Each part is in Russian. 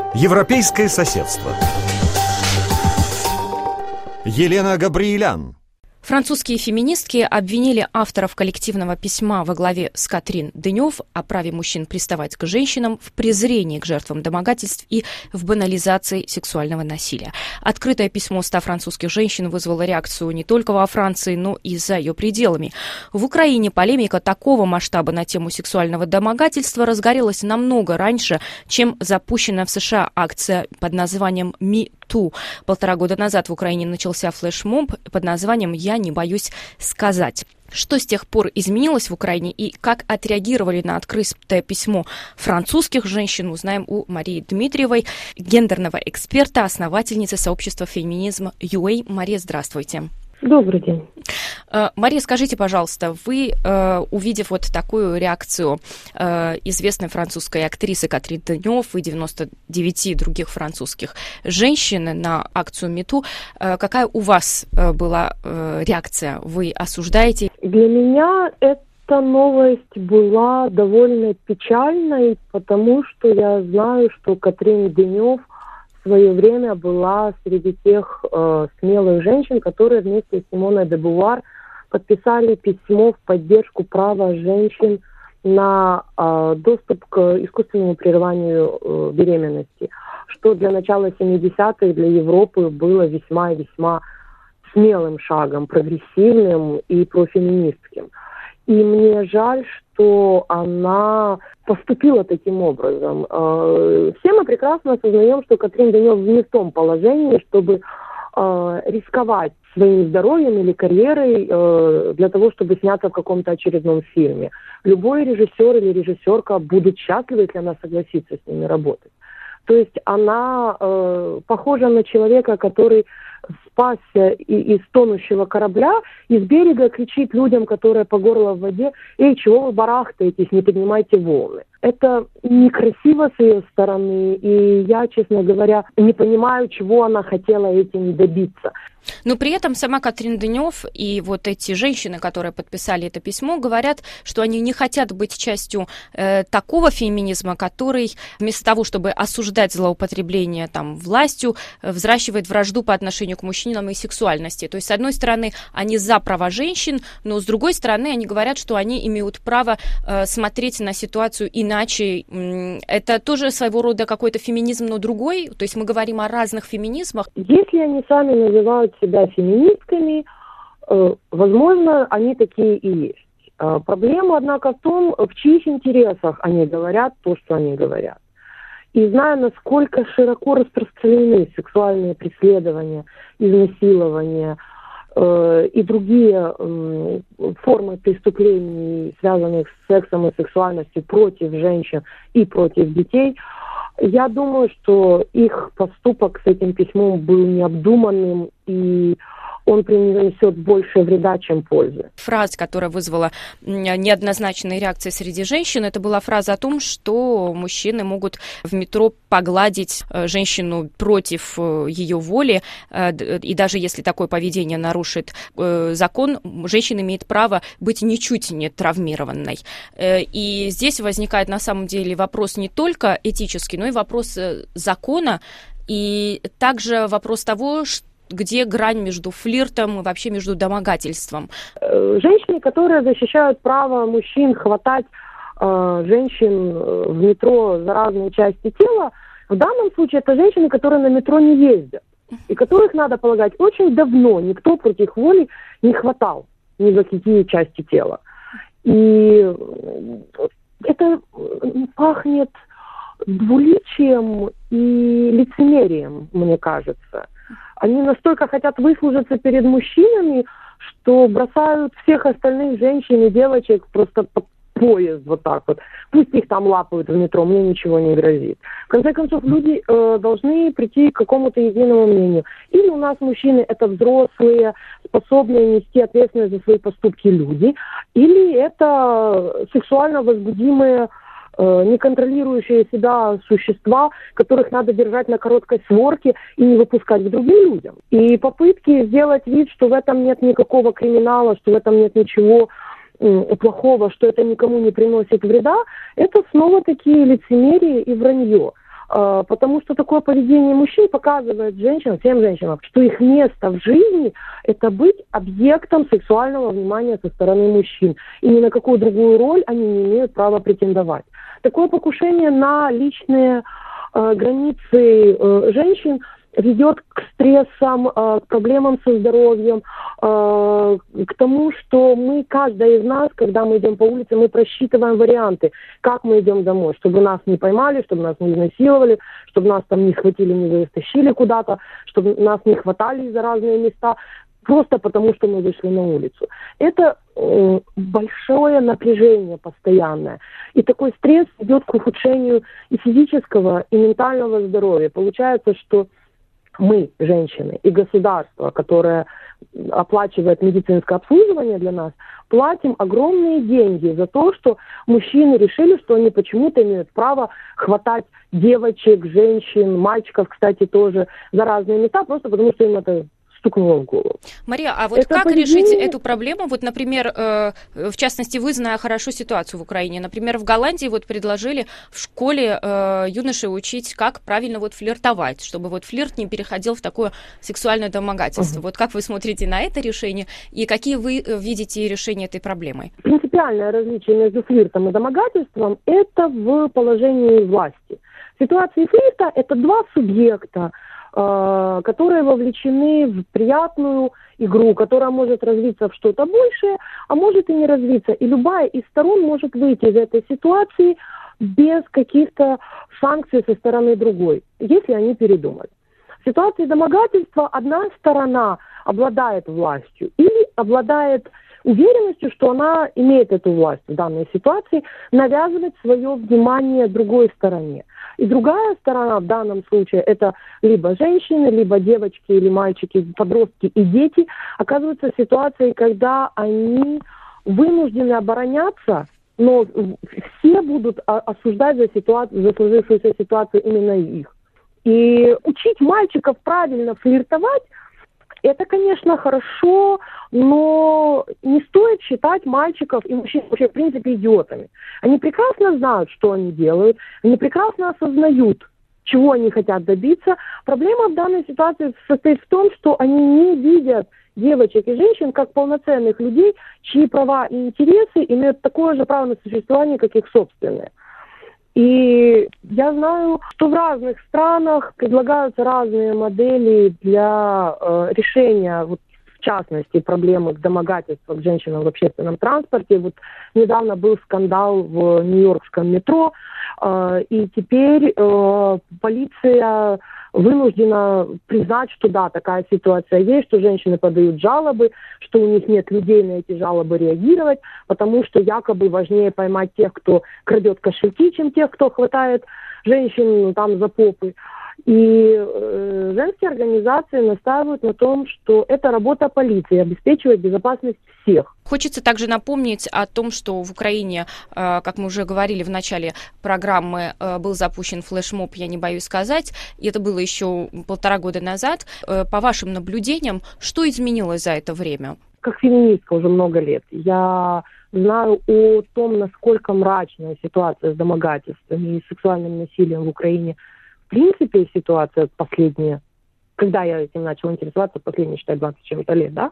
Европейское соседство. Елена Габриэлян. Французские феминистки обвинили авторов коллективного письма во главе с Катрин Денёв о праве мужчин приставать к женщинам в презрении к жертвам домогательств и в банализации сексуального насилия. Открытое письмо 100 французских женщин вызвало реакцию не только во Франции, но и за ее пределами. В Украине полемика такого масштаба на тему сексуального домогательства разгорелась намного раньше, чем запущенная в США акция под названием «Me Too». 1,5 года назад в Украине начался флешмоб под названием «Я не боюсь сказать». Что с тех пор изменилось в Украине и как отреагировали на открытое письмо французских женщин, узнаем у Марии Дмитриевой, гендерного эксперта, основательницы сообщества «Феминизм UA». Мария, здравствуйте. Добрый день. Мария, скажите, пожалуйста, вы, увидев вот такую реакцию известной французской актрисы Катрин Денёв и 99 других французских женщин на акцию #MeToo, какая у вас была реакция? Вы осуждаете? Для меня эта новость была довольно печальной, потому что я знаю, что Катрин Денёв в свое время была среди тех смелых женщин, которые вместе с Симоной де Бувуар подписали письмо в поддержку права женщин на доступ к искусственному прерыванию беременности, что для начала 70-х для Европы было весьма и весьма смелым шагом, прогрессивным и профеминистским. И мне жаль, что она поступила таким образом. Все мы прекрасно осознаем, что Катрин Денёв не в том положении, чтобы рисковать своим здоровьем или карьерой для того, чтобы сняться в каком-то очередном фильме. Любой режиссер или режиссерка будут счастливы, если она согласится с ними работать. То есть она похожа на человека, который спасся из тонущего корабля, из берега кричит людям, которые по горло в воде: «Эй, чего вы барахтаетесь, не поднимайте волны». Это некрасиво с ее стороны, и я, честно говоря, не понимаю, чего она хотела этим добиться. Но при этом сама Катрин Денёв и вот эти женщины, которые подписали это письмо, говорят, что они не хотят быть частью такого феминизма, который вместо того, чтобы осуждать злоупотребление властью, взращивает вражду по отношению к мужчинам и сексуальности. То есть, с одной стороны, они за права женщин, но с другой стороны, они говорят, что они имеют право смотреть на ситуацию иначе. Это тоже своего рода какой-то феминизм, но другой? То есть мы говорим о разных феминизмах? Если они сами называют себя феминистками, возможно, они такие и есть. Проблема, однако, в том, в чьих интересах они говорят то, что они говорят. И зная, насколько широко распространены сексуальные преследования, изнасилования и другие формы преступлений, связанных с сексом и сексуальностью против женщин и против детей, я думаю, что их поступок с этим письмом был необдуманным, и он принесет больше вреда, чем пользы. Фраза, которая вызвала неоднозначные реакции среди женщин, это была фраза о том, что мужчины могут в метро погладить женщину против ее воли, и даже если такое поведение нарушит закон, женщина имеет право быть ничуть не травмированной. И здесь возникает на самом деле вопрос не только этический, но и вопрос закона, и также вопрос того, где грань между флиртом и вообще между домогательством? Женщины, которые защищают право мужчин хватать женщин в метро за разные части тела, в данном случае это женщины, которые на метро не ездят, и которых, надо полагать, очень давно никто против их воли не хватал ни за какие части тела. И это пахнет двуличием и лицемерием, мне кажется. Они настолько хотят выслужиться перед мужчинами, что бросают всех остальных женщин и девочек просто под поезд вот так вот. Пусть их там лапают в метро, мне ничего не грозит. В конце концов, люди должны прийти к какому-то единому мнению. Или у нас мужчины это взрослые, способные нести ответственность за свои поступки люди, или это сексуально возбудимые, не контролирующие себя существа, которых надо держать на короткой сворке и не выпускать к другим людям. И попытки сделать вид, что в этом нет никакого криминала, что в этом нет ничего плохого, что это никому не приносит вреда, это снова такие лицемерие и вранье. Потому что такое поведение мужчин показывает женщинам, всем женщинам, что их место в жизни – это быть объектом сексуального внимания со стороны мужчин. И ни на какую другую роль они не имеют права претендовать. Такое покушение на личные границы женщин ведет к стрессам, к проблемам со здоровьем, к тому, что мы, каждая из нас, когда мы идем по улице, мы просчитываем варианты, как мы идем домой, чтобы нас не поймали, чтобы нас не изнасиловали, чтобы нас там не схватили, не растащили куда-то, чтобы нас не хватали за разные места, просто потому, что мы вышли на улицу. Это большое напряжение постоянное. И такой стресс ведет к ухудшению и физического, и ментального здоровья. Получается, что мы, женщины, и государство, которое оплачивает медицинское обслуживание для нас, платим огромные деньги за то, что мужчины решили, что они почему-то имеют право хватать девочек, женщин, мальчиков, кстати, тоже за разные места, просто потому что им это стукнуло в голову. Мария, а вот как решить эту проблему? Вот, например, в частности, вы, зная хорошо ситуацию в Украине, например, в Голландии вот предложили в школе юношей учить, как правильно вот флиртовать, чтобы вот флирт не переходил в такое сексуальное домогательство. Вот как вы смотрите на это решение и какие вы видите решения этой проблемы? Принципиальное различие между флиртом и домогательством – это в положении власти. В ситуации флирта – это два субъекта, которые вовлечены в приятную игру, которая может развиться в что-то большее, а может и не развиться. И любая из сторон может выйти из этой ситуации без каких-то санкций со стороны другой, если они передумали. В ситуации домогательства одна сторона обладает властью или обладает уверенностью, что она имеет эту власть в данной ситуации, навязывать свое внимание другой стороне. И другая сторона в данном случае это либо женщины, либо девочки или мальчики, подростки и дети оказываются в ситуации, когда они вынуждены обороняться, но все будут осуждать за сложившуюся ситуацию именно их. И учить мальчиков правильно флиртовать, это, конечно, хорошо, но не стоит считать мальчиков и мужчин вообще, в принципе, идиотами. Они прекрасно знают, что они делают, они прекрасно осознают, чего они хотят добиться. Проблема в данной ситуации состоит в том, что они не видят девочек и женщин как полноценных людей, чьи права и интересы имеют такое же право на существование, как их собственные. И я знаю, что в разных странах предлагаются разные модели для решения, вот, в частности, проблемы домогательства к женщинам в общественном транспорте. Вот недавно был скандал в нью-йоркском метро, и теперь полиция вынуждена признать, что да, такая ситуация есть, что женщины подают жалобы, что у них нет людей на эти жалобы реагировать, потому что якобы важнее поймать тех, кто крадет кошельки, чем тех, кто хватает женщин там за попы. И женские организации настаивают на том, что это работа полиции, обеспечивать безопасность всех. Хочется также напомнить о том, что в Украине, как мы уже говорили в начале программы, был запущен флешмоб «Я не боюсь сказать», и это было еще 1,5 года назад. По вашим наблюдениям, что изменилось за это время? Как феминистка уже много лет, я знаю о том, насколько мрачная ситуация с домогательствами и сексуальным насилием в Украине. В принципе, ситуация последняя, когда я этим начала интересоваться, последние, считай, 20 чем-то лет, да,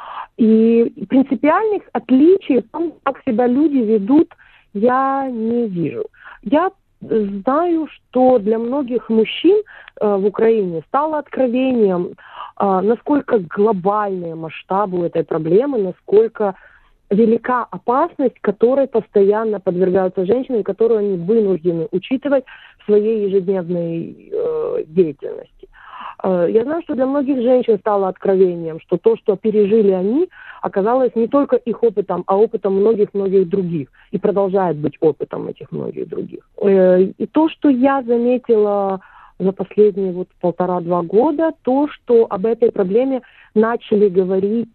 и принципиальных отличий в том, как себя люди ведут, я не вижу. Я знаю, что для многих мужчин в Украине стало откровением, насколько глобальные масштабы этой проблемы, насколько велика опасность, которой постоянно подвергаются женщины, которую они вынуждены учитывать в своей ежедневной деятельности. Я знаю, что для многих женщин стало откровением, что то, что пережили они, оказалось не только их опытом, а опытом многих-многих других. И продолжает быть опытом этих многих других. И то, что я заметила за последние 1,5-2 года, то, что об этой проблеме начали говорить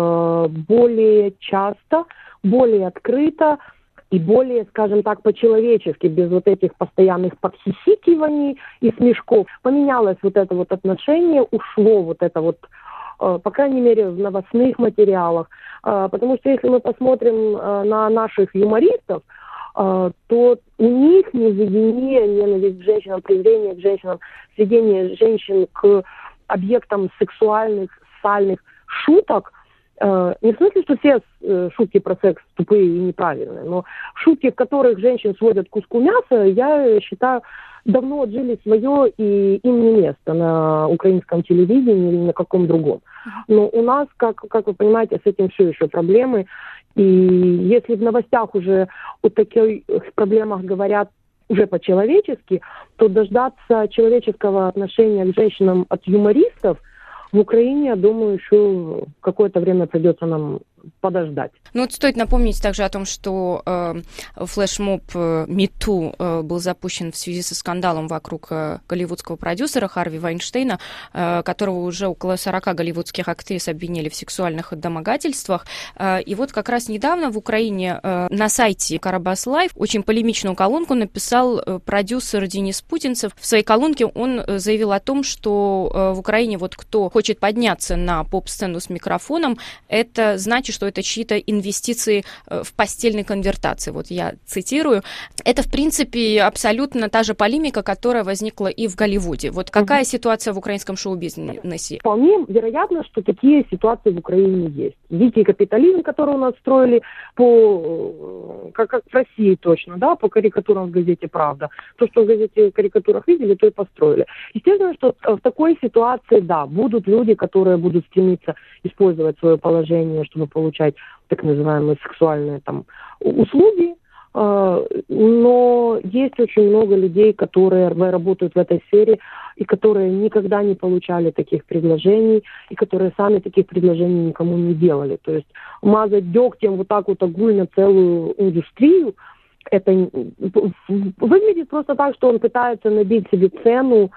более часто, более открыто и более, скажем так, по-человечески, без вот этих постоянных подхихикиваний и смешков. Поменялось вот это вот отношение, ушло вот это вот, по крайней мере, в новостных материалах. Потому что если мы посмотрим на наших юмористов, то у них не введение ненависть к женщинам, презрение к женщинам, сведение женщин к объектам сексуальных, социальных шуток. Не в смысле, что все шутки про секс тупые и неправильные, но шутки, в которых женщин сводят к куску мяса, я считаю, давно отжили свое, и им не место на украинском телевидении или на каком другом. Но у нас, как вы понимаете, с этим все еще проблемы. И если в новостях уже о таких проблемах говорят уже по-человечески, то дождаться человеческого отношения к женщинам от юмористов в Украине, я думаю, еще какое-то время придется нам подождать. Ну вот стоит напомнить также о том, что флешмоб MeToo был запущен в связи со скандалом вокруг голливудского продюсера Харви Вайнштейна, которого уже около 40 голливудских актрис обвинили в сексуальных домогательствах. И вот как раз недавно в Украине на сайте Карабас Лайв очень полемичную колонку написал продюсер Денис Путинцев. В своей колонке он заявил о том, что в Украине вот кто хочет подняться на поп-сцену с микрофоном, это значит, что это чьи-то инвестиции в постельной конвертации. Вот я цитирую. Это, в принципе, абсолютно та же полемика, которая возникла и в Голливуде. Вот какая ситуация в украинском шоу-бизнесе? Вполне вероятно, что такие ситуации в Украине есть. Дикий капитализм, который у нас строили как в России точно, да, по карикатурам в газете «Правда». То, что в газете карикатурах видели, то и построили. Естественно, что в такой ситуации, да, будут люди, которые будут стремиться использовать свое положение, чтобы получать так называемые сексуальные там услуги, но есть очень много людей, которые работают в этой сфере и которые никогда не получали таких предложений, и которые сами таких предложений никому не делали. То есть мазать дегтем вот так вот огульно целую индустрию, это выглядит просто так, что он пытается набить себе цену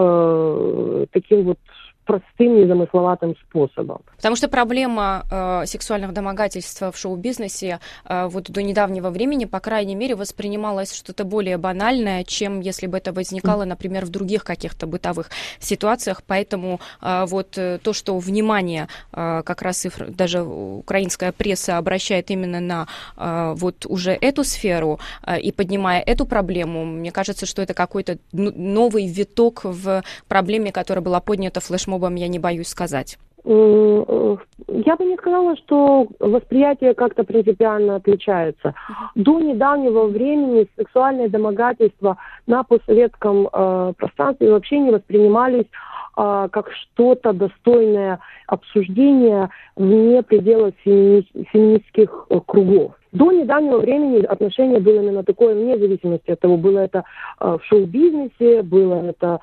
таким вот простым, незамысловатым способом. Потому что проблема сексуальных домогательств в шоу-бизнесе вот до недавнего времени, по крайней мере, воспринималась что-то более банальное, чем если бы это возникало, например, в других каких-то бытовых ситуациях. Поэтому вот то, что внимание как раз и даже украинская пресса обращает именно на вот уже эту сферу и поднимая эту проблему, мне кажется, что это какой-то новый виток в проблеме, которая была поднята флешмобом, я не боюсь сказать. Я бы не сказала, что восприятие как-то принципиально отличается. До недавнего времени сексуальные домогательства на постсоветском пространстве вообще не воспринимались как что-то достойное обсуждения вне пределов феминистских кругов. До недавнего времени отношение было именно такое, вне зависимости от того, было это в шоу-бизнесе, было это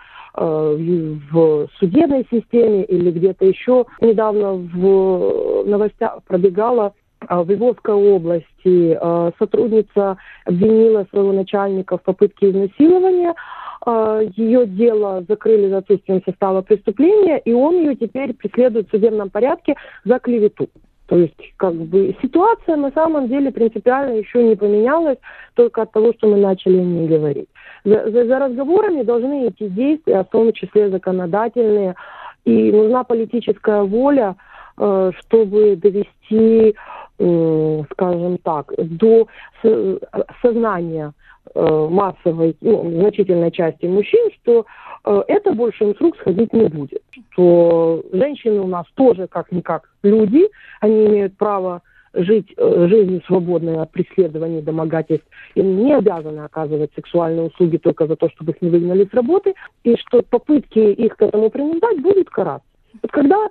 в судебной системе или где-то еще. Недавно в новостях пробегала в Львовской области сотрудница обвинила своего начальника в попытке изнасилования. Ее дело закрыли за отсутствием состава преступления, и он ее теперь преследует в судебном порядке за клевету. То есть, как бы, ситуация на самом деле принципиально еще не поменялась, только от того, что мы начали о ней говорить. За разговорами должны идти действия, в том числе законодательные, и нужна политическая воля, чтобы довести, скажем так, до сознания массовой, значительной части мужчин, что это больше им с рук сходить не будет. Что женщины у нас тоже как-никак люди, они имеют право жить жизнью свободной от преследований, домогательств, и не обязаны оказывать сексуальные услуги только за то, чтобы их не выгнали с работы, и что попытки их к этому принуждать будут караться. Вот когда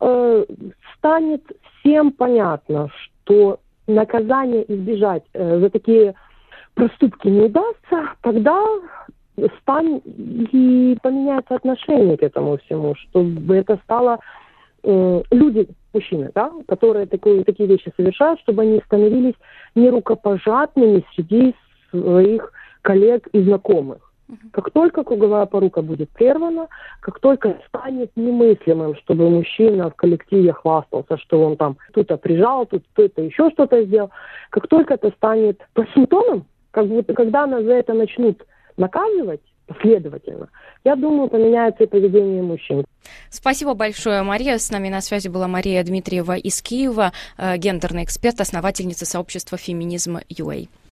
станет всем понятно, что наказание избежать за такие проступки не удастся, тогда и поменяется отношение к этому всему, чтобы это стало люди, мужчины, да, которые такие вещи совершают, чтобы они становились нерукопожатными среди своих коллег и знакомых. Как только круговая порука будет прервана, как только станет немыслимым, чтобы мужчина в коллективе хвастался, что он там кто-то прижал, тут кто-то еще что-то сделал, как только это станет посимптомом, как будто когда нас за это начнут наказывать последовательно, я думаю, поменяется и поведение мужчин. Спасибо большое, Мария. С нами на связи была Мария Дмитриева из Киева, гендерный эксперт, основательница сообщества «Феминизм.ua».